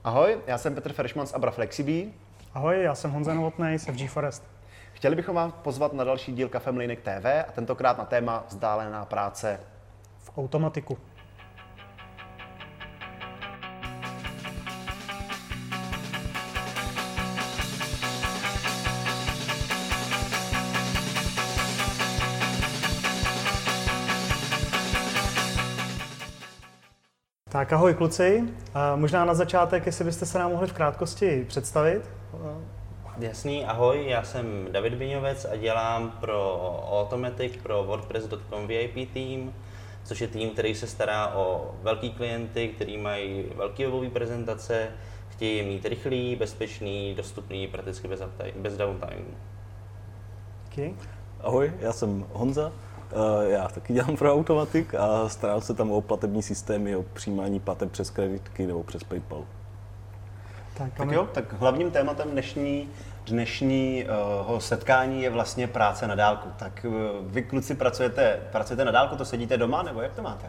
Ahoj, já jsem Petr Feršman z Abra Flexibí. Ahoj, já jsem Honza Novotnej z FG Forest. Chtěli bychom vás pozvat na další díl Kafe Mlýnek TV a tentokrát na téma vzdálená práce v automatiku. Tak ahoj kluci, možná na začátek, jestli byste se nám mohli v krátkosti představit. Jasný, ahoj, já jsem David Viňovec a dělám pro Automatic, pro WordPress.com VIP tým, což je tým, který se stará o velký klienty, který mají velké webové prezentace, chtějí je mít rychlý, bezpečný, dostupný, prakticky bez downtime. Okay. Ahoj, já jsem Honza. Já taky dělám pro Automatic a starám se tam o platební systémy, o přijímání plateb přes kreditky nebo přes PayPal. Tak jo, tak hlavním tématem dnešního setkání je vlastně práce na dálku. Tak vy kluci pracujete na dálku, to sedíte doma, nebo jak to máte?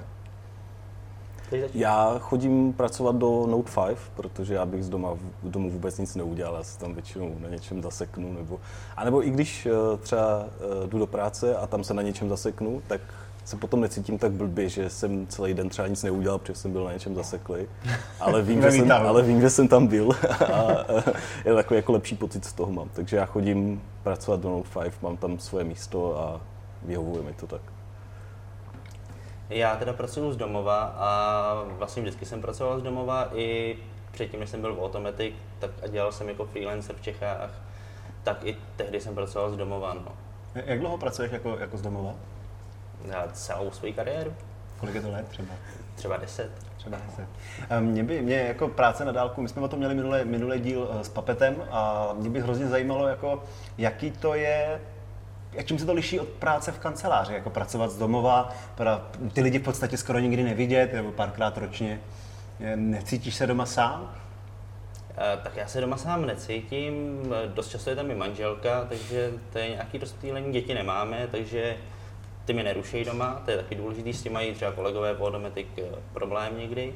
Já chodím pracovat do Note 5, protože já bych z domu vůbec nic neudělal, já se tam většinou na něčem zaseknu, anebo i když třeba jdu do práce a tam se na něčem zaseknu, tak se potom necítím tak blbě, že jsem celý den třeba nic neudělal, protože jsem byl na něčem zaseklý, ale vím, že jsem tam byl a je takový jako lepší pocit z toho mám. Takže já chodím pracovat do Note 5, mám tam svoje místo a vyhovuje mi to tak. Já teda pracuji z domova a vlastně vždycky jsem pracoval z domova i předtím, než jsem byl v Automatic, tak a dělal jsem jako freelancer v Čechách, tak i tehdy jsem pracoval z domova. No. Jak dlouho pracuješ jako z domova? Já celou svou kariéru. Kolik je to let třeba? Třeba 10. Třeba 10. Mě jako práce na dálku, my jsme o tom měli minulý díl s Papetem a mě by hrozně zajímalo, jako, jaký to je, čím se to liší od práce v kanceláři, jako pracovat z domova, ty lidi v podstatě skoro nikdy nevidět, nebo párkrát ročně. Necítíš se doma sám? Tak já se doma sám necítím, dost často je tam i manželka, takže to je nějaký rozptýlení, děti nemáme, takže ty mě nerušejí doma, to je taky důležitý, s tím mají třeba kolegové v Automatic problém někdy.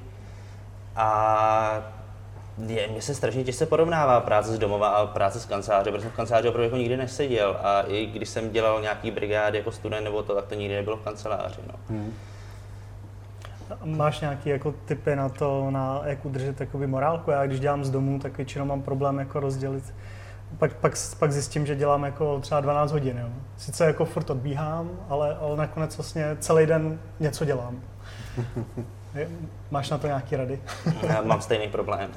A mně se strašně těžce porovnává práce z domova a práce z kanceláře, protože jsem v kanceláři opravdu jako nikdy neseděl a i když jsem dělal nějaký brigády jako student nebo to, tak to nikdy nebylo v kanceláři. No. Máš nějaké jako tipy na to, jak udržet jakoby morálku? Já když dělám z domu, tak většinou mám problém jako rozdělit. Pak zjistím, že dělám jako třeba 12 hodin. Jo. Sice jako furt odbíhám, ale nakonec vlastně celý den něco dělám. Máš na to nějaký rady? Já mám stejný problém.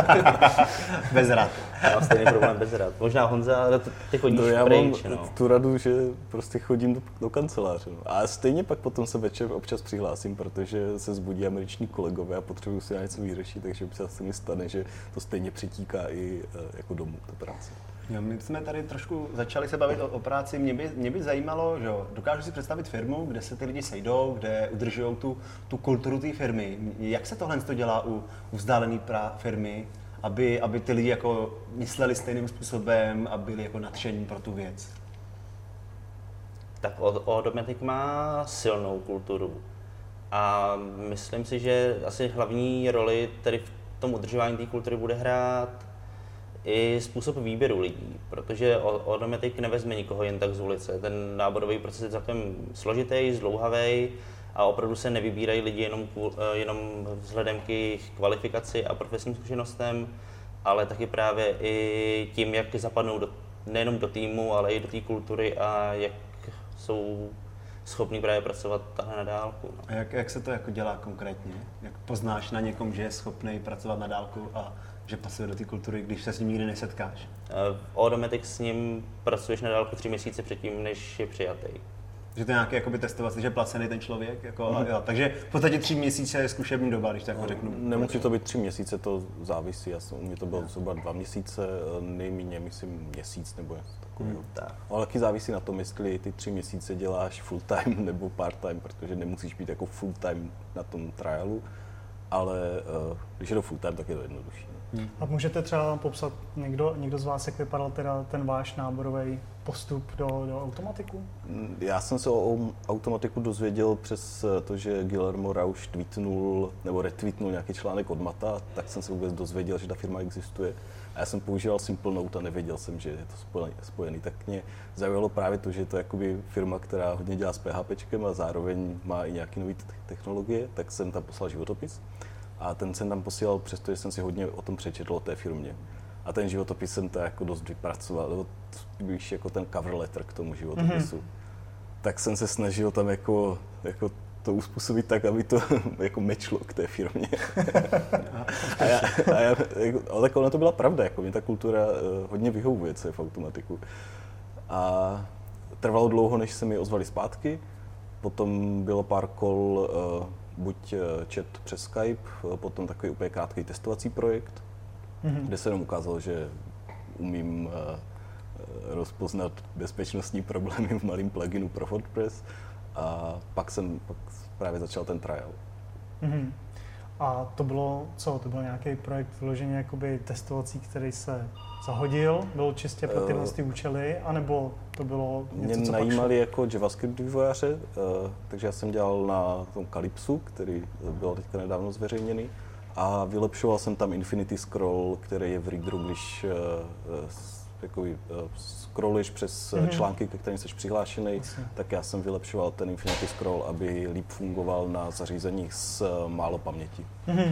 Bez rad. Já mám stejný problém bez rad. Možná Honza, ale ty chodíš pryč. Já mám tu radu, že prostě chodím do kanceláře. No. A stejně pak potom se večer občas přihlásím, protože se zbudí američní kolegové a potřebuji si něco vyřešit, takže občas se mi stane, že to stejně přitíká i jako domů, ta práce. Jo, my jsme tady trošku začali se bavit o práci. Mě by zajímalo, že dokážu si představit firmu, kde se ty lidi sejdou, kde udržují tu kulturu té firmy. Jak se tohle dělá u vzdálené firmy, aby ty lidi jako mysleli stejným způsobem a byli jako nadšení pro tu věc? Tak Automatic má silnou kulturu a myslím si, že asi hlavní roli tady v tom udržování té kultury bude hrát i způsob výběru lidí, protože Automatic nevezme nikoho jen tak z ulice. Ten náborový proces je celkem složitý, zdlouhavý a opravdu se nevybírají lidi jenom vzhledem k jejich kvalifikaci a profesním zkušenostem, ale taky právě i tím, jak zapadnou nejenom do týmu, ale i do té kultury a jak jsou schopní právě pracovat takhle na dálku. No. A jak se to jako dělá konkrétně? Jak poznáš na někom, že je schopný pracovat na dálku a že pasuje do té kultury, když se s ním nikdy nesetkáš? V Automatic s ním pracuješ na dálku 3 měsíce předtím, než je přijatý. Že to je nějaký jakoby testovací, že je placený ten člověk? Jo, takže v podstatě 3 měsíce je zkušební doba, když tak řeknu. Nemusí to být 3 měsíce, to závisí. U mě to bylo zhruba 2 měsíce, nejméně myslím měsíc nebo něco takového. Ale taky závisí na tom, jestli ty 3 měsíce děláš full time nebo part time, protože nemusíš být jako full time na tom trialu, ale když je to full time, tak je to jednodušší. A můžete třeba popsat někdo z vás, jak vypadal teda ten váš náborový postup do automatiku? Já jsem se o automatiku dozvěděl přes to, že Guillermo Rauch tweetnul nebo retweetnul nějaký článek od Mata, tak jsem se vůbec dozvěděl, že ta firma existuje. A já jsem používal Simple Note a nevěděl jsem, že je to spojený. Tak mě zaujalo právě to, že je to jakoby firma, která hodně dělá s PHPčkem a zároveň má i nějaké nové technologie, tak jsem tam poslal životopis. A ten jsem tam posílal, přestože jsem si hodně o tom přečetl, o té firmě. A ten životopis jsem to jako dost vypracoval, spíš jako ten cover letter k tomu životopisu. Tak jsem se snažil tam jako to uspůsobit tak, aby to jako mečlo k té firmě. Ale tak ona to byla pravda, jako mě ta kultura hodně vyhovuje, co je v automatiku. A trvalo dlouho, než se mi ozvali zpátky. Potom bylo pár kol, buď chat přes Skype, potom takový úplně krátký testovací projekt, kde se nám ukázalo, že umím rozpoznat bezpečnostní problémy v malém pluginu pro WordPress. A pak právě začal ten trial. A to bylo co? To byl nějaký projekt vyloženě jakoby testovací, který se zahodil? Byl čistě pro tyhle účely? Anebo to bylo něco, mě co najímali jako JavaScript vývojáře, takže já jsem dělal na tom Calypsu, který byl teďka nedávno zveřejněný. A vylepšoval jsem tam Infinity Scroll, který je v readeru, když scrolluješ přes články, ke kterým jsi přihlášený, tak já jsem vylepšoval ten Infinity Scroll, aby líp fungoval na zařízeních s málo paměti.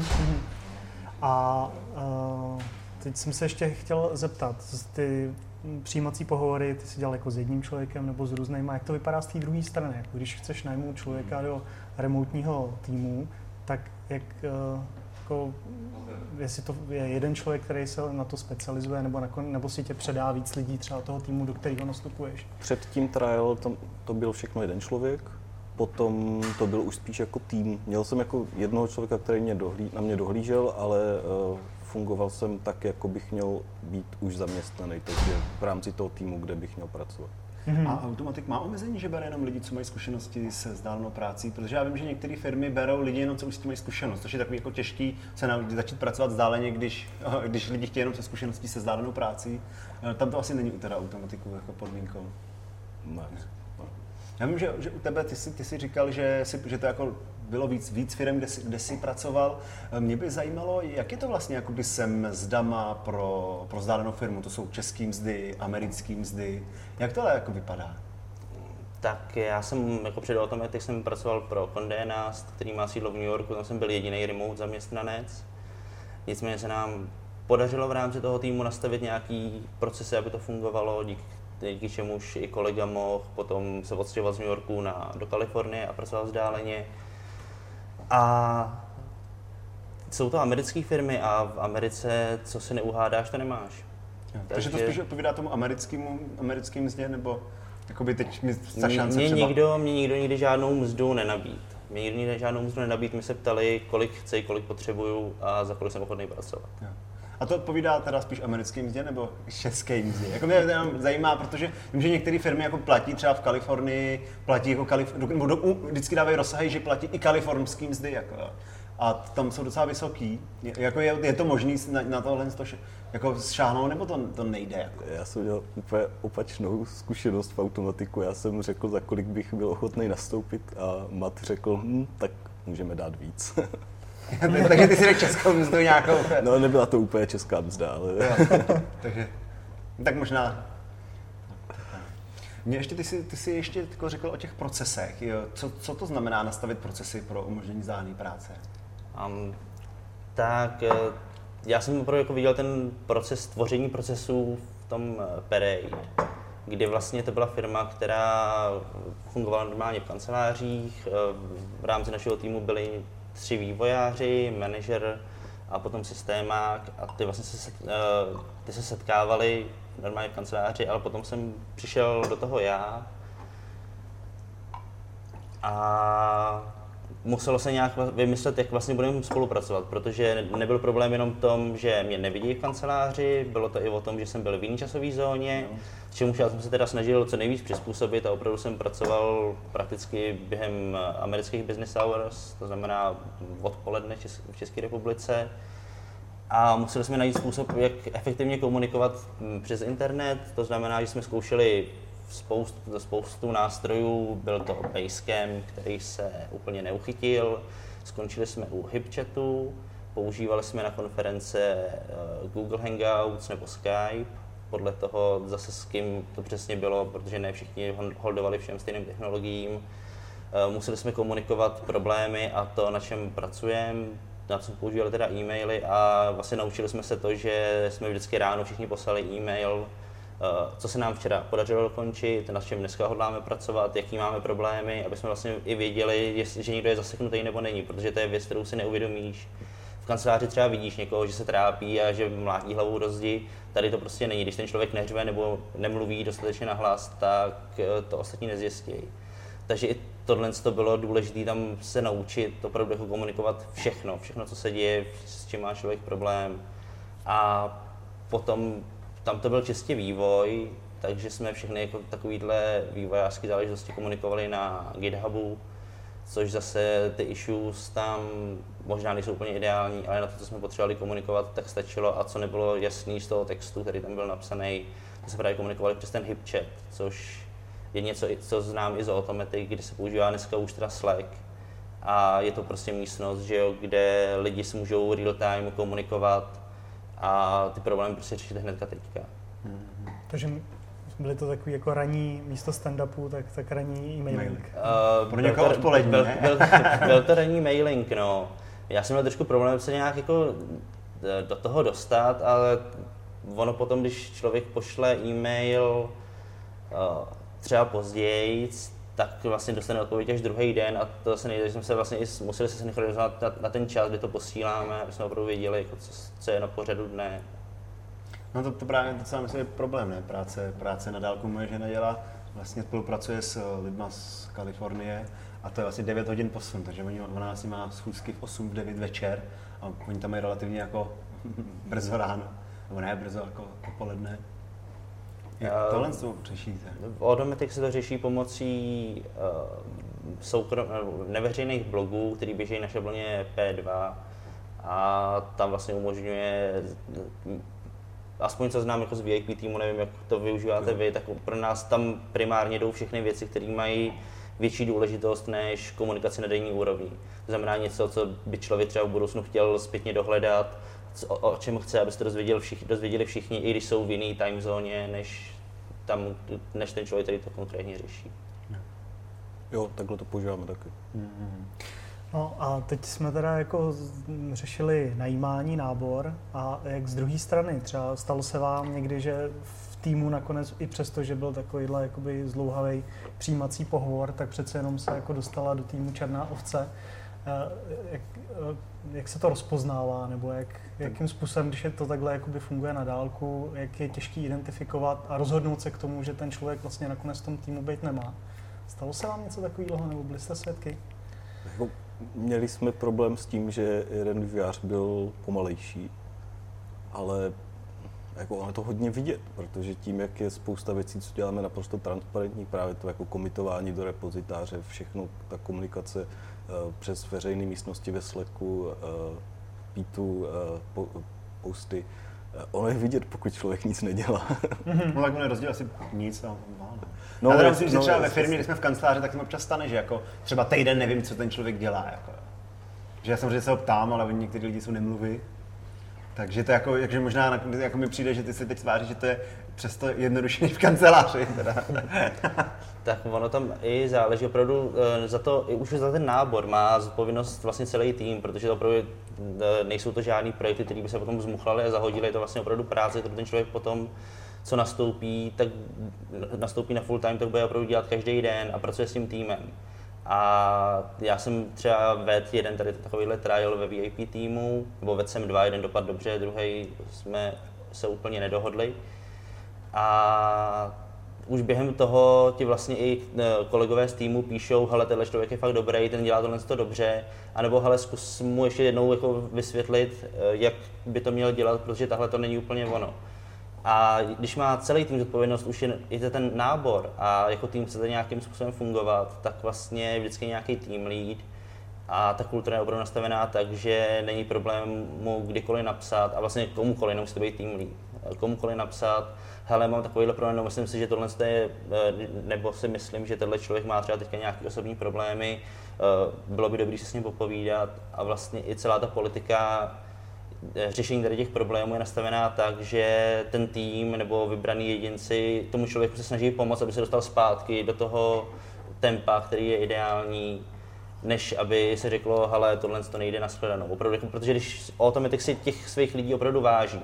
A teď jsem se ještě chtěl zeptat, ty přijímací pohovory, ty jsi dělal jako s jedním člověkem nebo s různýma, jak to vypadá z té druhé strany? Jako když chceš najmout člověka do remotního týmu, tak jak jako, jestli to je jeden člověk, který se na to specializuje, nebo si tě předá víc lidí třeba toho týmu, do kterého nastupuješ? Před tím trial to byl všechno jeden člověk, potom to byl už spíš jako tým. Měl jsem jako jednoho člověka, který na mě dohlížel, ale fungoval jsem tak, jako bych měl být už zaměstnaný, takže v rámci toho týmu, kde bych měl pracovat. A Automatik má omezení, že bere jenom lidi, co mají zkušenosti se vzdálenou prací? Protože já vím, že některé firmy berou lidi jenom, co už s tím mají zkušenost, což je takový jako těžký začít pracovat vzdáleně, když lidi chtějí jenom se zkušeností se vzdálenou prací. Tam to asi není u teda Automatiku jako podmínkou. Ne. Já vím, že u tebe ty jsi říkal, že to jako bylo víc firm, kde jsi pracoval. Mě by zajímalo, jak je to vlastně jakoby se mzdama pro vzdálenou firmu. To jsou české mzdy, americké mzdy. Jak to ale jako vypadá? Tak já jsem jako před Automatic jsem pracoval pro Condé Nast, který má sídlo v New Yorku, tam jsem byl jediný remote zaměstnanec. Nicméně se nám podařilo v rámci toho týmu nastavit nějaký procesy, aby to fungovalo, díky čemuž i kolega mohl potom se odstěhovat z New Yorku do Kalifornie a pracovat vzdáleně. A jsou to americké firmy a v Americe, co si neuhádáš, to nemáš. Takže to spíš odpovídá tomu americkým mzdě, nebo jakoby teď mi ta šance mě třeba... nikdo nikdy žádnou mzdu nenabít. My se ptali, kolik chci, kolik potřebuju a za kolik jsem ochotný pracovat. Jo. A to odpovídá teda spíš americké mzdě nebo české mzdě? Jako mě to zajímá, protože vím, že některé firmy jako platí třeba v Kalifornii, platí jako vždycky dávají rozsahy, že platí i kalifornské mzdy. Jako, a tam jsou docela vysoký. Jako je to možný na tohle jako šáhnout, nebo to nejde? Jako? Já jsem měl úplně opačnou zkušenost v Automatiku. Já jsem řekl, za kolik bych byl ochotný nastoupit a Mat řekl, tak můžeme dát víc. Takže ty si řekl českou mzdu nějakou? No, nebyla to úplně česká mzda, ale... Takže, tak možná... Mě ještě, ty jsi ještě řekl o těch procesech. Co to znamená nastavit procesy pro umožnění vzdálené práce? Tak já jsem opravdu jako viděl ten proces tvoření procesů v tom Perey, kdy vlastně to byla firma, která fungovala normálně v kancelářích. V rámci našeho týmu byli 3 vývojáři, manažer a potom systémák a ty vlastně se setkávali normálně v kanceláři, ale potom jsem přišel do toho já a muselo se nějak vymyslet, jak vlastně budeme spolupracovat, protože nebyl problém jenom v tom, že mě nevidí v kanceláři, bylo to i o tom, že jsem byl v jiné časové zóně, čemuž já jsem se teda snažil co nejvíc přizpůsobit a opravdu jsem pracoval prakticky během amerických business hours, to znamená odpoledne v České republice. A museli jsme najít způsob, jak efektivně komunikovat přes internet, to znamená, že jsme zkoušeli spoustu nástrojů, byl to Basecamp, který se úplně neuchytil, skončili jsme u HipChatu, používali jsme na konference Google Hangouts nebo Skype, podle toho zase s kým to přesně bylo, protože ne všichni holdovali všem stejným technologiím. Museli jsme komunikovat problémy a to, na čem pracujeme, na co používali teda e-maily a vlastně naučili jsme se to, že jsme vždycky ráno všichni poslali e-mail, co se nám včera podařilo dokončit, na čem dneska hodláme pracovat, jaký máme problémy, aby jsme vlastně i věděli, že někdo je zaseknutý nebo není, protože to je věc, kterou si neuvědomíš. V kanceláři třeba vidíš někoho, že se trápí a že mlátí hlavou do zdi, tady to prostě není. Když ten člověk neřve nebo nemluví dostatečně nahlas, tak to ostatní nezjistí. Takže i tohle to bylo důležité tam se naučit, opravdu jako komunikovat všechno, co se děje, s čím má člověk problém. A potom tam to byl čistě vývoj, takže jsme všechny jako takovýhle vývojářské záležitosti komunikovali na GitHubu, což zase ty issues tam možná nejsou úplně ideální, ale na to, co jsme potřebovali komunikovat, tak stačilo a co nebylo jasný z toho textu, který tam byl napsaný, to se právě komunikovali přes ten HipChat, což je něco, co znám i z Automatic, kde se používá dneska už teda Slack. A je to prostě místnost, že jo, kde lidi si můžou real time komunikovat a ty problémy prostě řešit hnedka teďka. Takže byly to takový jako ranní místo stand-upu, tak ranní e-mailing. Pro někoho odpolední, byl to ranní mailing, no. Já jsem měl trošku problém se nějak jako do toho dostat, ale ono potom, když člověk pošle e-mail třeba později, tak vlastně dostane odpověď až druhý den a to se nejde, že jsme se vlastně i museli se synchronizovat na ten čas, kdy to posíláme, aby jsme opravdu věděli, jako co je na pořadu dne. No to právě docela myslím je problém, ne? Práce na dálku moje žena dělá, vlastně spolupracuje s lidma z Kalifornie a to je vlastně 9 hodin posun, takže ona asi má schůzky v 8, v 9 večer a oni tam mají relativně jako brzo ráno, nebo ne brzo, jako poledne. Jak tohle to řešíte? V Automatic se to řeší pomocí neveřejných blogů, který běží na šabloně P2 a tam vlastně umožňuje, aspoň co znám jako z VIP týmu, nevím, jak to využíváte vy, tak pro nás tam primárně jdou všechny věci, které mají větší důležitost než komunikaci na denní úrovni. To znamená něco, co by člověk třeba v budoucnu chtěl zpětně dohledat, o čem chce, aby se to dozvěděli všichni, i když jsou v jiné time zóně, než ten člověk, který to konkrétně řeší. Jo, takhle to používáme taky. No a teď jsme teda jako řešili najímání, nábor a jak z druhé strany, třeba stalo se vám někdy, že v týmu nakonec i přesto, že byl takovýhle jakoby zdlouhavý přijímací pohovor, tak přece jenom se jako dostala do týmu černá ovce. Jak se to rozpoznává, nebo jakým způsobem, když je to takhle jakoby funguje na dálku, jak je těžký identifikovat a rozhodnout se k tomu, že ten člověk vlastně nakonec v tom týmu být nemá. Stalo se vám něco takového, nebo byli jste svědky? Měli jsme problém s tím, že jeden vývojář byl pomalejší, ale jako ono je to hodně vidět, protože tím, jak je spousta věcí, co děláme naprosto transparentní, právě to jako komitování do repozitáře, všechno, ta komunikace přes veřejné místnosti ve Slacku, P2, posty, ono je vidět, pokud člověk nic nedělá. No tak on rozdíl asi nic. No, já teda myslím, že třeba ve firmě, když jsme v kanceláři, tak se mi občas stane, že jako třeba týden nevím, co ten člověk dělá. Jako. Že já samozřejmě se ho ptám, ale někteří lidi jsou nemluví. Takže to jako, takže možná jako mi přijde, že ty si teď tváří, že to je přesto jednodušší než v kanceláři. Teda. Tak ono tam i záleží opravdu za to, i už za ten nábor má zodpovědnost vlastně celý tým, protože to opravdu nejsou to žádný projekty, které by se potom zmuchlaly a zahodily, je to vlastně opravdu práce, kterou ten člověk potom, co nastoupí, tak nastoupí na full time, tak bude opravdu dělat každý den a pracuje s tím týmem. A já jsem třeba vedl jeden tady takovýhle trial ve VIP týmu, nebo vedl jsem 2, jeden dopadl dobře, druhý jsme se úplně nedohodli. A už během toho ti vlastně i kolegové z týmu píšou, hele, tenhle člověk je fakt dobrý, ten dělá tohle dobře, anebo hele, zkus mu ještě jednou jako vysvětlit, jak by to měl dělat, protože tahle to není úplně ono. A když má celý tým zodpovědnost, už je ten nábor a jako tým chcete nějakým způsobem fungovat, tak vlastně vždycky nějaký team lead A ta kultura je opravdu nastavená tak, že není problém mu kdykoliv napsat, a vlastně komukoliv, nemusí to být tým lead, komukoliv napsat, hele, mám takovýhle problém, no, myslím si, že tohle je, nebo si myslím, že tenhle člověk má třeba teďka nějaké osobní problémy, bylo by dobré si s ním popovídat, a vlastně i celá ta politika řešení tady těch problémů je nastavená tak, že ten tým nebo vybraný jedinci tomu člověku se snaží pomoct, aby se dostal zpátky do toho tempa, který je ideální, než aby se řeklo, hele, tohle to nejde na shledanou. Opravdu, protože když Automatic si těch svých lidí opravdu váží,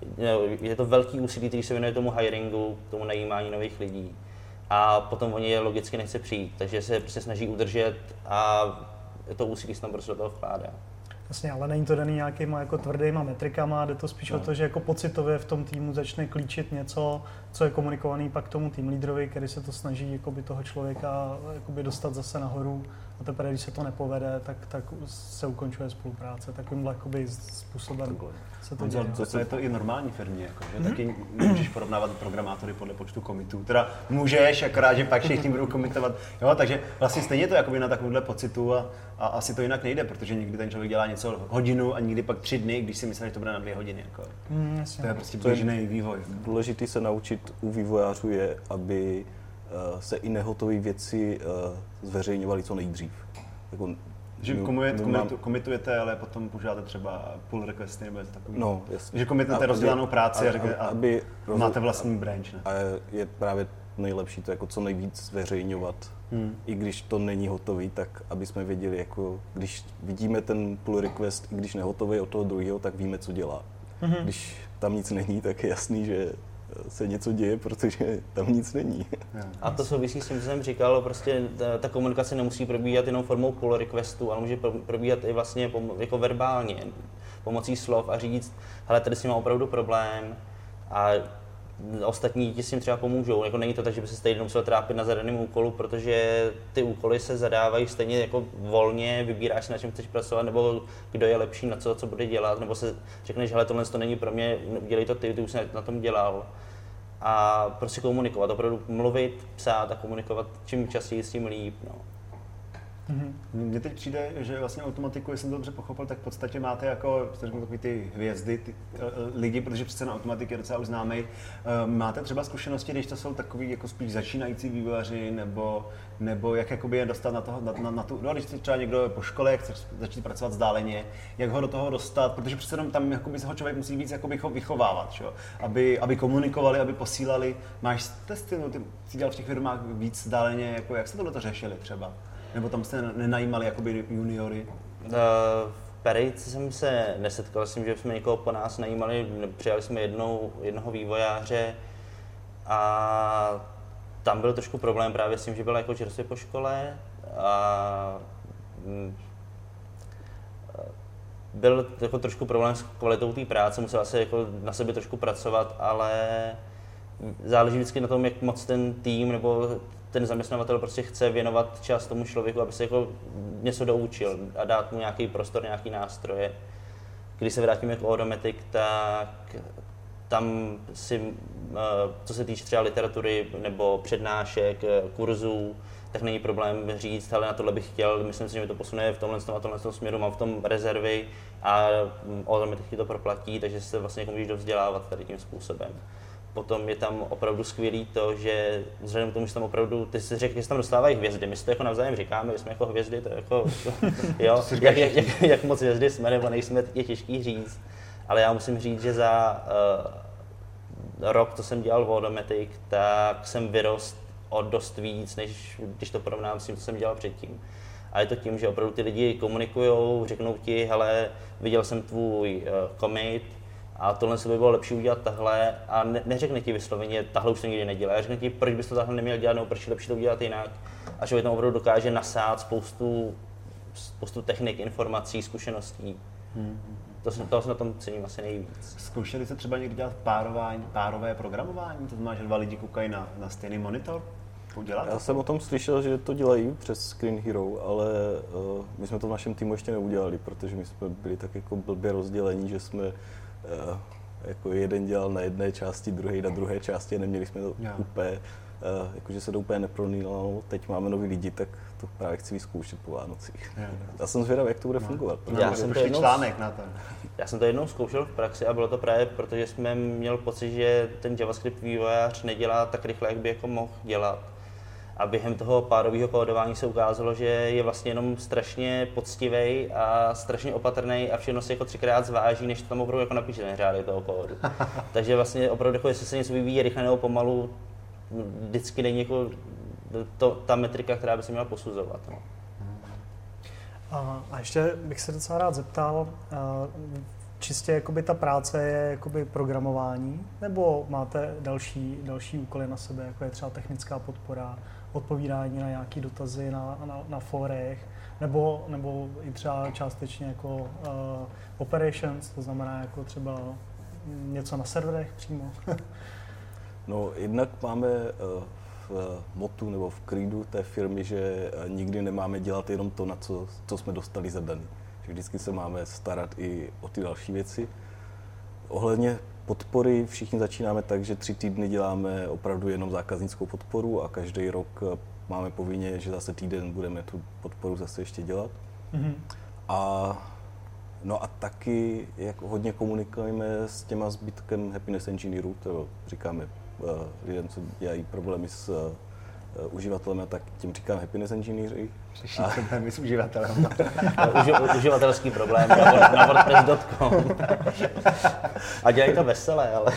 je to velký úsilí, který se věnuje tomu hiringu, tomu najímání nových lidí, a potom oni je logicky nechce přijít, takže se prostě snaží udržet a to úsilí se tam prostě do toho vkládá. Jasně, ale není to daný nějakýma jako tvrdýma metrikama, jde to spíš o to, že jako pocitově v tom týmu začne klíčit něco, co je komunikovaný pak tomu tým lídrovi, který se to snaží jakoby toho člověka jakoby dostat zase nahoru, a teprve, když se to nepovede, tak se ukončuje spolupráce. Takovýmhle jakoby způsobem se to děje. To je to i normální firmě, jako, že taky nemůžeš porovnávat programátory podle počtu commitů. Teda můžeš, akorát, že pak všichni budou commitovat. Jo, takže vlastně stejně to jakoby na takovýhle pocitu, a asi to jinak nejde, protože někdy ten člověk dělá něco hodinu a někdy pak 3 dny, když si myslí, že to bude na 2 hodiny. Jako. To je prostě běžný vývoj. Důležitý se naučit u vývojářů je, aby se i nehotové věci zveřejňovaly co nejdřív. Jako, že komitujete, ale potom požádáte třeba pull requesty nebo něco takového. No, jasně. Že komitujete rozdělanou práci a máte vlastní branch. Ne? A je právě nejlepší to jako co nejvíc zveřejňovat. I když to není hotový, tak aby jsme věděli, jako, když vidíme ten pull request, i když nehotový od toho druhého, tak víme, co dělá. Když tam nic není, tak je jasný, že se něco děje, protože tam nic není. A to souvisí s tím, co jsem říkal, prostě ta komunikace nemusí probíhat jenom formou pull requestu, ale může probíhat i vlastně jako verbálně, pomocí slov, a říct, hele, tady s tím mám opravdu problém, a ostatní ti s tím třeba pomůžou. Jako není to tak, že by se stejně musel trápit na zadaném úkolu, protože ty úkoly se zadávají stejně jako volně, vybíráš si, na čem chceš pracovat, nebo kdo je lepší na co bude dělat, nebo se řekneš, hele, tohle to není pro mě, dělej to ty už jsi na tom dělal. A prostě komunikovat, opravdu mluvit, psát a komunikovat čím častěji s tím líp. No. Mně teď přijde, že vlastně Automatiku, jestli jsem to dobře pochopil, tak v podstatě máte jako takový ty hvězdy, ty lidi, protože přece na Automatik je docela už známý. Máte třeba zkušenosti, když to jsou takový jako spíš začínající vývojáři, nebo jak jakoby je dostat na tu, no, když třeba někdo je po škole, chce začít pracovat vzdáleně, jak ho do toho dostat, protože přece jenom tam jakoby se ho člověk musí víc jakoby vychovávat, čo? Aby komunikovali, aby posílali. Máš testy, no, ty jsi dělal v těch firmách víc vzdáleně, jako jak jste tohle řešili třeba? Nebo tam jste nenajímali jakoby juniory? V Perejci jsem se nesetkal s tím, že jsme někoho po nás najímali. Přijali jsme jednoho vývojáře a tam byl trošku problém právě s tím, že byl jako čerstvě po škole a byl jako trošku problém s kvalitou té práce, musel se jako na sebe trošku pracovat, ale záleží vždycky na tom, jak moc ten tým nebo ten zaměstnavatel prostě chce věnovat čas tomu člověku, aby se jako něco doučil a dát mu nějaký prostor, nějaký nástroje. Když se vrátíme k Automatic, tak tam si, co se týče třeba literatury nebo přednášek, kurzů, tak není problém říct, ale na tohle bych chtěl, myslím si, že mi to posune v tomhle a tomhle směru, mám v tom rezervy a Automatic ti to proplatí, takže se vlastně jako můžeš dovzdělávat tady tím způsobem. Potom je tam opravdu skvělý to, že vzhledem k tomu, že tam opravdu, ty si řekl, že se tam dostávají hvězdy, my si to jako navzájem říkáme, že jsme jako hvězdy, to jako, jo, jak moc hvězdy jsme nebo nejsme, je těžký říct. Ale já musím říct, že za rok, co jsem dělal v Automatic, tak jsem vyrost o dost víc, než když to porovnám s tím, co jsem dělal předtím. A je to tím, že opravdu ty lidi komunikujou, řeknou ti, hele, viděl jsem tvůj commit, a tohle se by bylo lepší udělat tahle, a neřekne ti vysloveně, tahle už to nikdy nedělá, a řekne ti, proč bys to tahle neměl dělat, nebo proč je lepší to udělat jinak. A člověk tam opravdu dokáže nasát spoustu technik, informací, zkušeností. To se na tom cením asi nejvíc. Zkoušeli jste třeba někdy dělat párové programování? To znamená, že 2 lidi koukají na stejný monitor? Já jsem o tom slyšel, že to dělají přes Screen Hero, ale my jsme to v našem týmu ještě neudělali, protože my jsme byli tak jako blbě rozdělení, že jsme jako jeden dělal na jedné části, druhý na druhé části a neměli jsme to úplně jakože se to úplně neprolínalo, teď máme nový lidi, tak to právě chci vyzkoušet po Vánocích. Já jsem zvědavý, jak to bude fungovat. Já jsem to článek na to. Já jsem to jednou zkoušel v praxi a bylo to právě proto, že jsme měl pocit, že ten JavaScript vývojář nedělá tak rychle, jak by jako mohl dělat. A během toho párového kódování se ukázalo, že je vlastně jenom strašně poctivý a strašně opatrný a všechno si jako 3krát zváží, než to tam opravdu jako napíše ten řádek toho kódu. Takže vlastně opravdu, jako jestli se něco vyvíjí rychle nebo pomalu, vždycky není jako ta metrika, která by se měla posuzovat. No. A ještě bych se docela rád zeptal, čistě jakoby ta práce je jakoby programování, nebo máte další úkoly na sebe, jako je třeba technická podpora, odpovídání na nějaké dotazy na forech, nebo i třeba částečně jako operations, to znamená jako třeba něco na serverech přímo? No, jednak máme v Motu nebo v Creedu té firmy, že nikdy nemáme dělat jenom to, na co jsme dostali zadaný. Že vždycky se máme starat i o ty další věci. Ohledně podpory všichni začínáme tak, že 3 týdny děláme opravdu jenom zákaznickou podporu a každý rok máme povinně, že zase týden budeme tu podporu zase ještě dělat. Mm-hmm. No a taky jako hodně komunikujeme s těma zbytkem happiness engineerů, to říkáme lidem, co dělají problémy s uživatelem, a tak tím říkám happiness engineeri. Řeší problémy s uživatelem. Uživatelský problém na WordPress.com. A dělají to veselé, ale...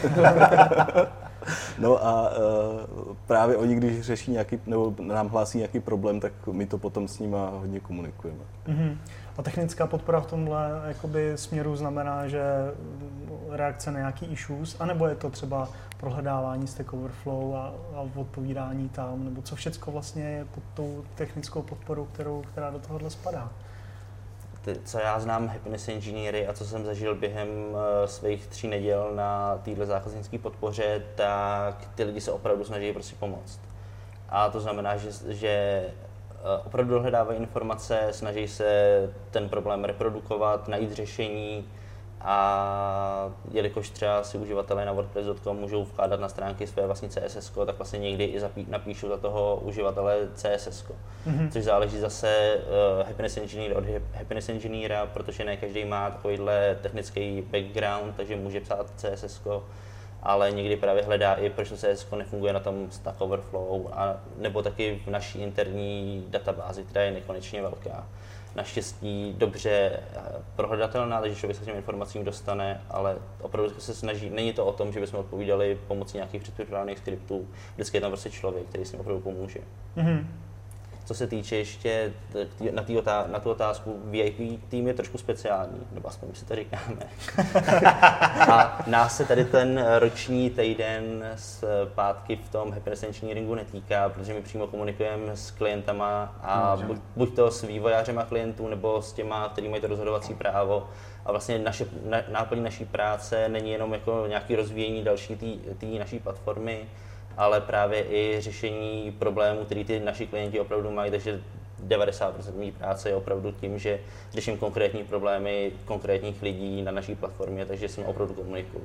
No a právě oni, když řeší nějaký, nebo nám hlásí nějaký problém, tak my to potom s nima hodně komunikujeme. Mm-hmm. A technická podpora v tomhle jakoby směru znamená, že reakce na nějaký issues, anebo je to třeba prohledávání Stack Overflow a odpovídání tam, nebo co všecko vlastně je pod tou technickou podporou, která do tohohle spadá? Co já znám happiness engineery a co jsem zažil během svých 3 neděl na této zákaznické podpoře, tak ty lidi se opravdu snaží prostě pomoct. A to znamená, že opravdu dohledávají informace, snaží se ten problém reprodukovat, najít řešení a jelikož třeba si uživatelé na WordPress.com můžou vkládat na stránky své vlastní CSS, tak vlastně někdy i napíšu za toho uživatele CSS. Mm-hmm. Což záleží zase happiness engineer od happiness engineera, protože ne každý má takovýhle technický background, takže může psát CSS, ale někdy právě hledá i, proč to CSS nefunguje na tom Stack Overflow, a nebo taky v naší interní databázi, která je nekonečně velká. Naštěstí dobře prohledatelná, takže člověk se k těm informacím dostane, ale opravdu se snaží, není to o tom, že bychom odpovídali pomocí nějakých předpřipravených skriptů, vždycky je tam prostě člověk, který s ním opravdu pomůže. Mm-hmm. Co se týče ještě na tu otázku, VIP tým je trošku speciální, nebo aspoň my si to říkáme. A nás se tady ten roční týden zpátky v tom happiness engineeringu netýká, protože my přímo komunikujeme s klientama a buď to s vývojářema klientů, nebo s těma, kteří mají to rozhodovací právo. A vlastně náplň naší práce není jenom jako nějaké rozvíjení další té naší platformy, ale právě i řešení problémů, který ty naši klienti opravdu mají, takže 90% mé práce je opravdu tím, že řeším konkrétní problémy konkrétních lidí na naší platformě, takže s nimi opravdu komunikuju.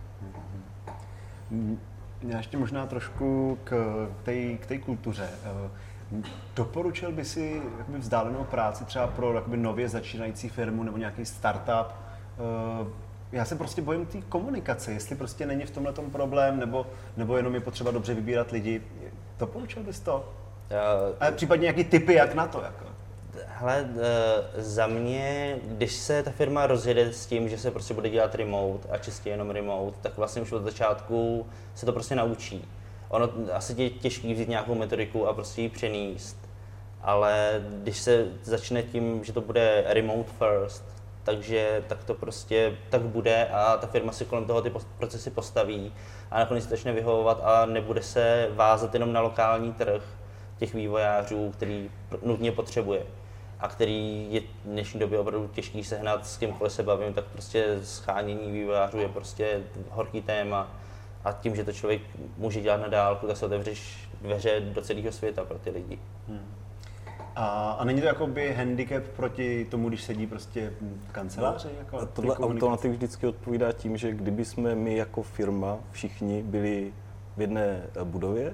Já ještě možná trošku k té kultuře. Doporučil by si vzdálenou práci třeba pro nově začínající firmu nebo nějaký startup? Já se prostě bojím té komunikace, jestli prostě není v tomhletom problém, nebo jenom je potřeba dobře vybírat lidi. Doporučil bys to? A případně nějaký tipy, jak na to? Jako? Hele, za mě, když se ta firma rozjede s tím, že se prostě bude dělat remote a čistě jenom remote, tak vlastně už od začátku se to prostě naučí. Ono asi je těžké vzít nějakou metodiku a prostě ji přenést, ale když se začne tím, že to bude remote first, tak to prostě tak bude a ta firma si kolem toho ty procesy postaví a nakonec se začne vyhovovat a nebude se vázat jenom na lokální trh těch vývojářů, který nutně potřebuje a který je v dnešní době opravdu těžký sehnat, s kýmkoliv se bavím, tak prostě schánění vývojářů je prostě horký téma a tím, že to člověk může dělat na dálku, tak se otevřeš dveře do celého světa pro ty lidi. A není to jakoby handicap proti tomu, když sedí prostě v kanceláři? Jako tohle automatik vždycky odpovídá tím, že kdyby jsme my jako firma všichni byli v jedné budově,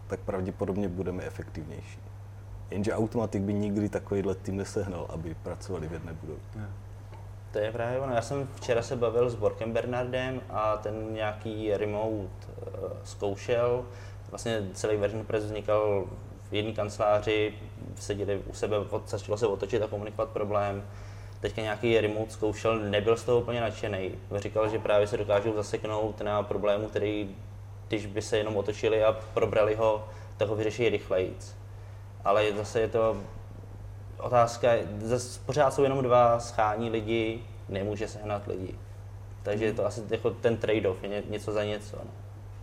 tak pravděpodobně budeme efektivnější. Jenže Automatic by nikdy takovýhle tým nesehnal, aby pracovali v jedné budově. To je právě ono. Já jsem včera se bavil s Borkem Bernardem a ten nějaký remote zkoušel. Vlastně celý Version Press vznikal v jedné kanceláři, seděli u sebe, začalo se otočit a komunikovat problém. Teďka nějaký remote zkoušel, nebyl z toho úplně nadšený. Říkal, že právě se dokážou zaseknout na problému, který, když by se jenom otočili a probrali ho, tak ho vyřeší rychleji. Ale zase je to otázka, pořád jsou jenom dva, schání lidi, nemůže sehnat lidi. Takže je to asi jako ten trade-off, je něco za něco. No.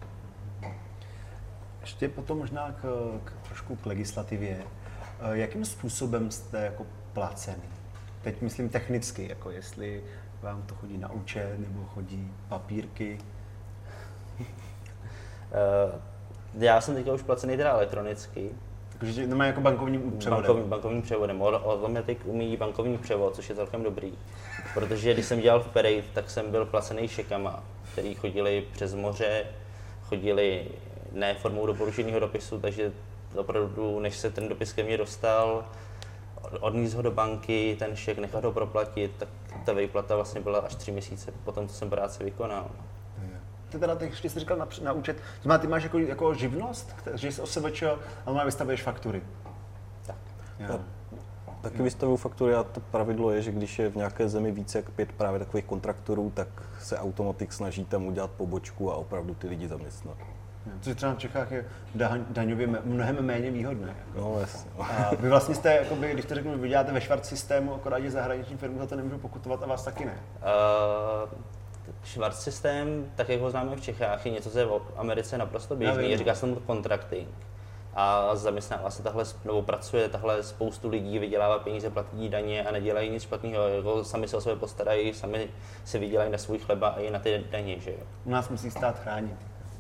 Ještě potom možná trošku k legislativě. Jakým způsobem jste jako placený? Teď myslím technicky, jako jestli vám to chodí na účet nebo chodí papírky. Já jsem teďka už placený teda elektronicky. Takže nemá jako bankovním převodem. Bankovním převodem. Automatic umí bankovní převod, což je celkem dobrý. Protože když jsem dělal v Parade, tak jsem byl placený šekama, který chodili přes moře, chodili ne formou doporučeného dopisu, takže opravdu, než se ten dopis ke mně dostal, odníst ho do banky, ten šek, nechat ho proplatit, tak ta výplata vlastně byla až 3 měsíce po tom, co jsem práci vykonal. Ty teda, ještě jsi říkal na účet, to znamená, ty máš jako živnost, že jsi OSVČ, ale má vystavuješ faktury. Tak. Taky vystavuju faktury a to pravidlo je, že když je v nějaké zemi více jak 5 právě takových kontraktorů, tak se Automatic snaží tam udělat pobočku a opravdu ty lidi zaměstnat. Což třeba v Čechách je daňově mnohem méně výhodné. Jako. No jasně. A vy vlastně jste, jakoby, když to řeknu, vy děláte ve Schwarz systému, akorát že zahraniční firmu za to nemůžou pokutovat a vás taky ne. Schwarz systém, tak jak ho známe v Čechách, je něco, co je v Americe naprosto běžný. Říká se tomu contracting. A zaměstnává se tahle, nebo pracuje tahle spoustu lidí, vydělává peníze, platí daně a nedělají nic špatného. Jako sami se o sebe postarají, sami si vydělají na svůj chleba a i na ty daně, že jo. U nás musí stát chránit.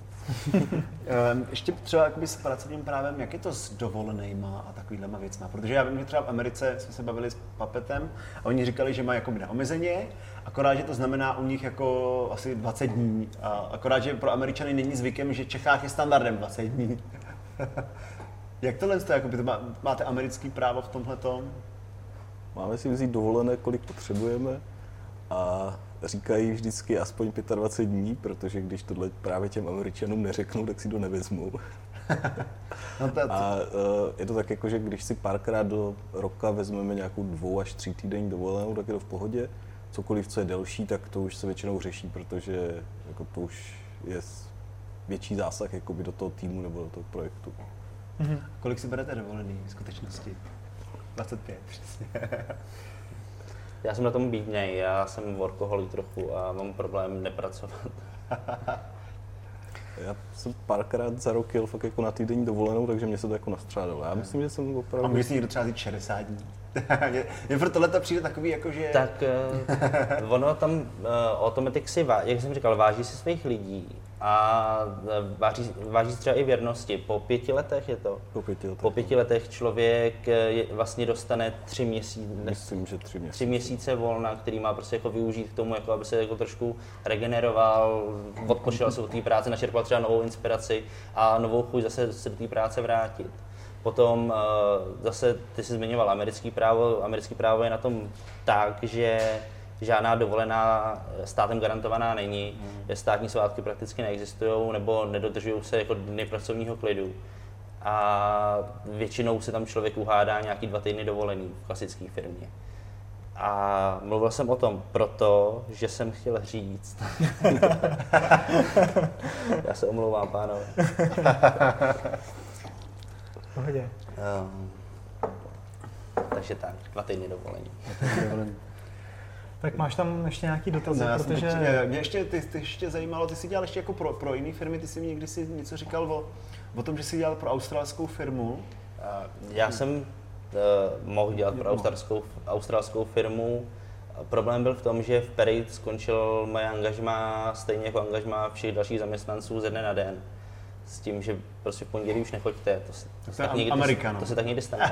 Ještě třeba s pracovním právem, jak je to s dovolenejma a takovýhlema věcma? Protože já vím, že třeba v Americe jsme se bavili s Papetem a oni říkali, že mají jako neomezeně, akorát, že to znamená u nich jako asi 20 dní. A akorát, že pro Američany není zvykem, že v Čechách je standardem 20 dní. Jak tohle jste, máte americký právo v tomhletom? Máme si vzít dovolené, kolik potřebujeme a říkají vždycky aspoň 25 dní, protože když tohle právě těm Američanům neřeknou, tak si to nevezmou. A je to tak jako, že když si párkrát do roka vezmeme nějakou 2 až 3 týdenní dovolenou, tak je to v pohodě. Cokoliv, co je delší, tak to už se většinou řeší, protože jako to už je větší zásah jakoby do toho týmu nebo do toho projektu. Mm-hmm. Kolik si berete dovolený v skutečnosti? 25, přesně. Já jsem na tom bídnej, já jsem workoholik trochu a mám problém nepracovat. Já jsem párkrát za rok jel fakt jako na týdenní dovolenou, takže mě se to jako nastřádalo. Já myslím, že jsem opravdu... A může si někdo třeba říct 60 dní. Mě pro tohle to přijde takový jako, že... Tak ono tam Automatic si, jak jsem říkal, váží si svých lidí a váží si třeba i věrnosti. Po 5 letech je to? Po 5 letech. Po 5 letech člověk vlastně dostane 3 měsíce. Myslím, že 3 měsíce. 3 měsíce volna, který má prostě jako využít k tomu, jako aby se jako trošku regeneroval, odpočil se od té práce, načerpal třeba novou inspiraci a novou chuť zase se do té práce vrátit. Potom zase, ty jsi zmiňoval americké právo je na tom tak, že žádná dovolená státem garantovaná není, státní svátky prakticky neexistují nebo nedodržují se jako dny pracovního klidu. A většinou se tam člověk uhádá nějaký 2 týdny dovolený v klasické firmě. A mluvil jsem o tom proto, že jsem chtěl říct. Já se omlouvám, pánové. Pohodě. Takže tak, 2 týdny dovolení. Tak máš tam ještě nějaký dotazy, no, protože... Mě ještě, ty ještě zajímalo, ty jsi dělal ještě jako pro jiné firmy, ty jsi mi někdy si něco říkal o tom, že jsi dělal pro australskou firmu. Já jsem mohl dělat pro australskou firmu. Problém byl v tom, že v Parade skončil moje angažmá, stejně jako angažmá všech dalších zaměstnanců ze dne na den. S tím, že prostě v pondělí už nechoďte, to se tak někdy stane.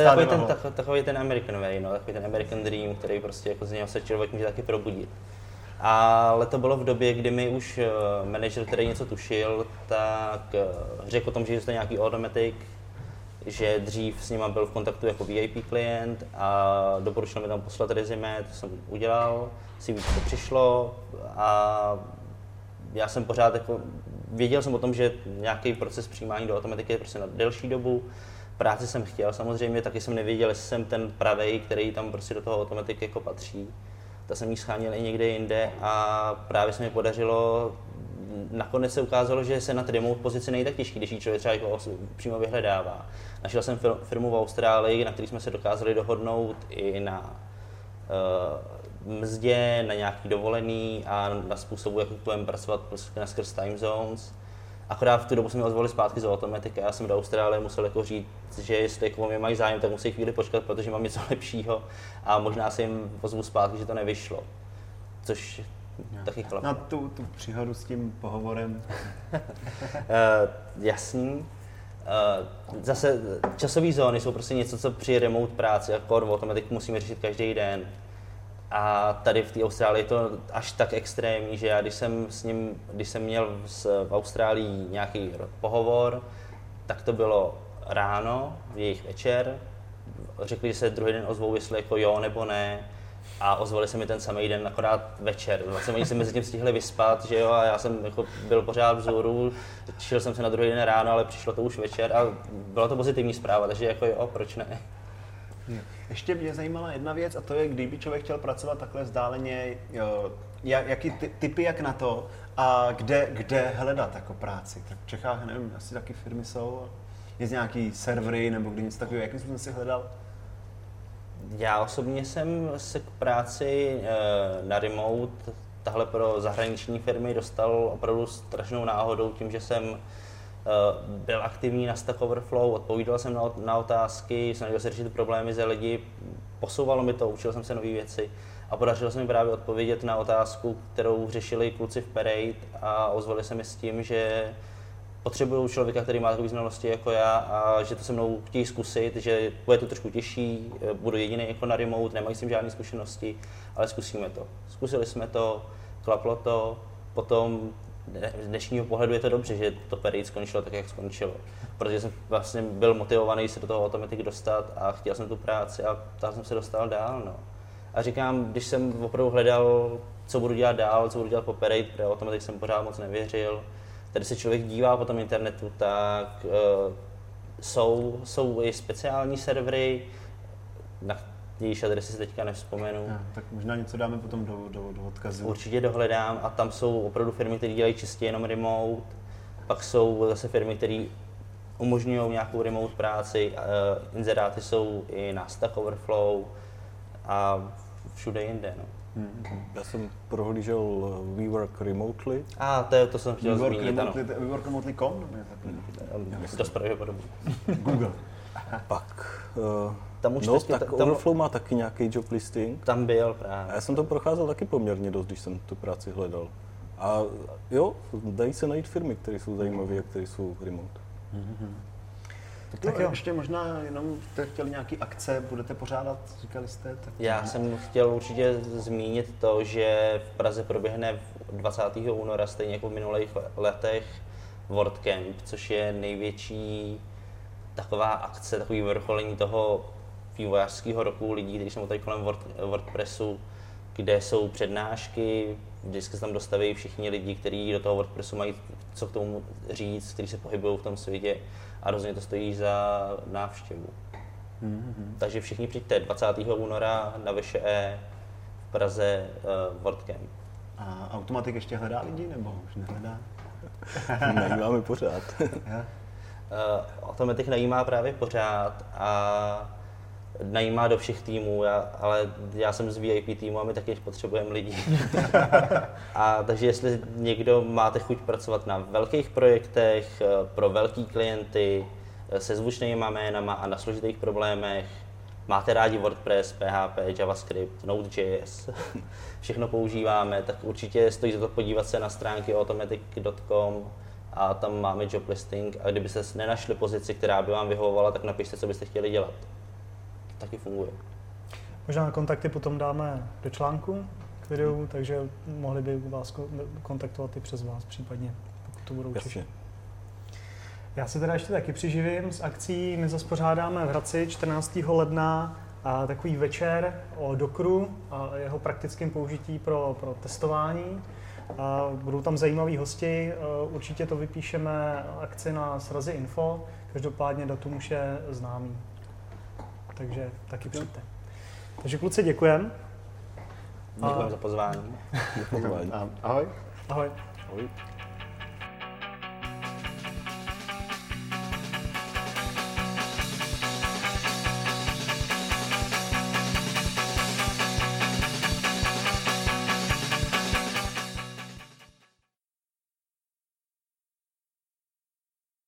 Takový ten American way, no, takový ten American dream, který prostě jako z něho se člověk může taky probudit. Ale to bylo v době, kdy mi už manažer, který něco tušil, tak řekl o tom, že je to nějaký automatic, že dřív s nima byl v kontaktu jako VIP klient a doporučil mi tam poslat rezime, to jsem udělal, CV to přišlo a já jsem pořád jako, věděl jsem o tom, že nějaký proces přijímání do automatiky je prostě na delší dobu. Práci jsem chtěl samozřejmě, taky jsem nevěděl, jestli jsem ten pravej, který tam prostě do toho automatiky jako patří. Ta jsem jí scháněl i někde jinde a právě se mi podařilo, nakonec se ukázalo, že se na ty remote pozici nejde tak těžký, když ji člověk třeba jako přímo vyhledává. Našel jsem firmu v Austrálii, na který jsme se dokázali dohodnout i na mzdě, na nějaký dovolený a na způsobu, jak budeme pracovat skrz time zones. Akorát v tu dobu jsme ho zvolili zpátky z automatiky a já jsem do Austrálie musel jako říct, že jestli jako mě mají zájem, tak musí chvíli počkat, protože mám něco lepšího a možná se jim pozvu zpátky, že to nevyšlo. Což taky klaplo. Na tu příhodu s tím pohovorem. Jasný. Zase časové zóny jsou prostě něco, co při remote práci a core automatic musíme řešit každý den. A tady v té Austrálii je to až tak extrémní, že já když jsem měl v Austrálii nějaký pohovor, tak to bylo ráno, jejich večer, řekli, že se druhý den ozvou, jestli jako jo nebo ne, a ozvali se mi ten samý den, akorát večer. Vlastně oni se mezi tím stihli vyspat, že jo, a já jsem jako byl pořád vzhůru, těšil jsem se na druhý den ráno, ale přišlo to už večer a byla to pozitivní zpráva, takže jako jo, proč ne? Ještě mě zajímala jedna věc a to je, kdyby člověk chtěl pracovat takhle vzdáleně, jaký typy jak na to a kde hledat jako práci. Tak v Čechách, nevím, asi taky firmy jsou, je z nějaký servery nebo kdy něco takového, jakým způsobem si hledal? Já osobně jsem se k práci na remote, tahle pro zahraniční firmy, dostal opravdu strašnou náhodou tím, že jsem byl aktivní na Stack Overflow, odpovídal jsem na otázky, snažil se řešit problémy ze lidi, posouvalo mi to, učil jsem se nové věci a podařilo se mi právě odpovědět na otázku, kterou řešili kluci v Parade a ozvali se mi s tím, že potřebuju člověka, který má takové znalosti jako já a že to se mnou chtějí zkusit, že bude to trošku těžší, budu jediný jako na remote, nemají s tím žádné zkušenosti, ale zkusíme to. Zkusili jsme to, klaplo to, potom z dnešního pohledu je to dobře, že to Parade skončilo tak, jak skončilo, protože jsem vlastně byl motivovaný se do toho automatiky dostat a chtěl jsem tu práci a tak jsem se dostal dál. No. A říkám, když jsem opravdu hledal, co budu dělat dál, co budu dělat po Parade, protože automatik jsem pořád moc nevěřil. Tady se člověk dívá po tom internetu, tak jsou i speciální servery, na jejíž adresy si teďka nevzpomenu. Tak možná něco dáme potom do odkazu. Určitě dohledám a tam jsou opravdu firmy, které dělají čistě jenom remote, pak jsou zase firmy, které umožňují nějakou remote práci, inzeráty jsou i na Stack Overflow a všude jinde. No. Já jsem prohlížel WeWork Remotely. To jsem chtěl zmínit, ano. WeWork Remotely.com? Dost pravděpodobně. Google. Pak, tam už tak Overflow má taky nějaký job listing. Tam byl právě. A já jsem to procházel taky poměrně dost, když jsem tu práci hledal. A jo, dají se najít firmy, které jsou zajímavé a které jsou remote. Tak jo, ještě možná jenom jste chtěli nějaký akce, budete pořádat, říkali jste? Tak... Já jsem chtěl určitě zmínit to, že v Praze proběhne 20. února, stejně jako v minulých letech, WordCamp, což je největší taková akce, takový vrcholení toho vývojářského roku lidí, kteří jsou tady kolem WordPressu, kde jsou přednášky, vždycky se tam dostaví všichni lidi, kteří do toho WordPressu mají co k tomu říct, kteří se pohybují v tom světě a rozhodně to stojí za návštěvu. Takže všichni přijďte 20. února na VŠE v Praze WordCamp. A Automatik ještě hledá lidi, nebo už nehledá? Najímáme pořád. Automatik najímá právě pořád a najímá do všech týmů, ale já jsem z VIP týmu a my taky potřebujeme lidi. Takže jestli někdo máte chuť pracovat na velkých projektech, pro velký klienty, se zvučnými jménama a na složitých problémech, máte rádi WordPress, PHP, JavaScript, Node.js, všechno používáme, tak určitě stojí za to podívat se na stránky automatic.com a tam máme job listing a kdybyste nenašli pozici, která by vám vyhovovala, tak napište, co byste chtěli dělat. Taky funguje. Možná kontakty potom dáme do článku, videu, takže mohli by vás kontaktovat i přes vás případně, pokud to budou Češi. Já se teda ještě taky přiživím s akcí. My zase pořádáme v Hradci 14. ledna takový večer o Dockeru a jeho praktickém použití pro testování. Budou tam zajímaví hosti, určitě to vypíšeme akci na Srazy Info, každopádně datum už je známý, takže taky přijďte. Takže kluci, děkujem. Děkujeme za pozvání. Ahoj. Ahoj. Ahoj.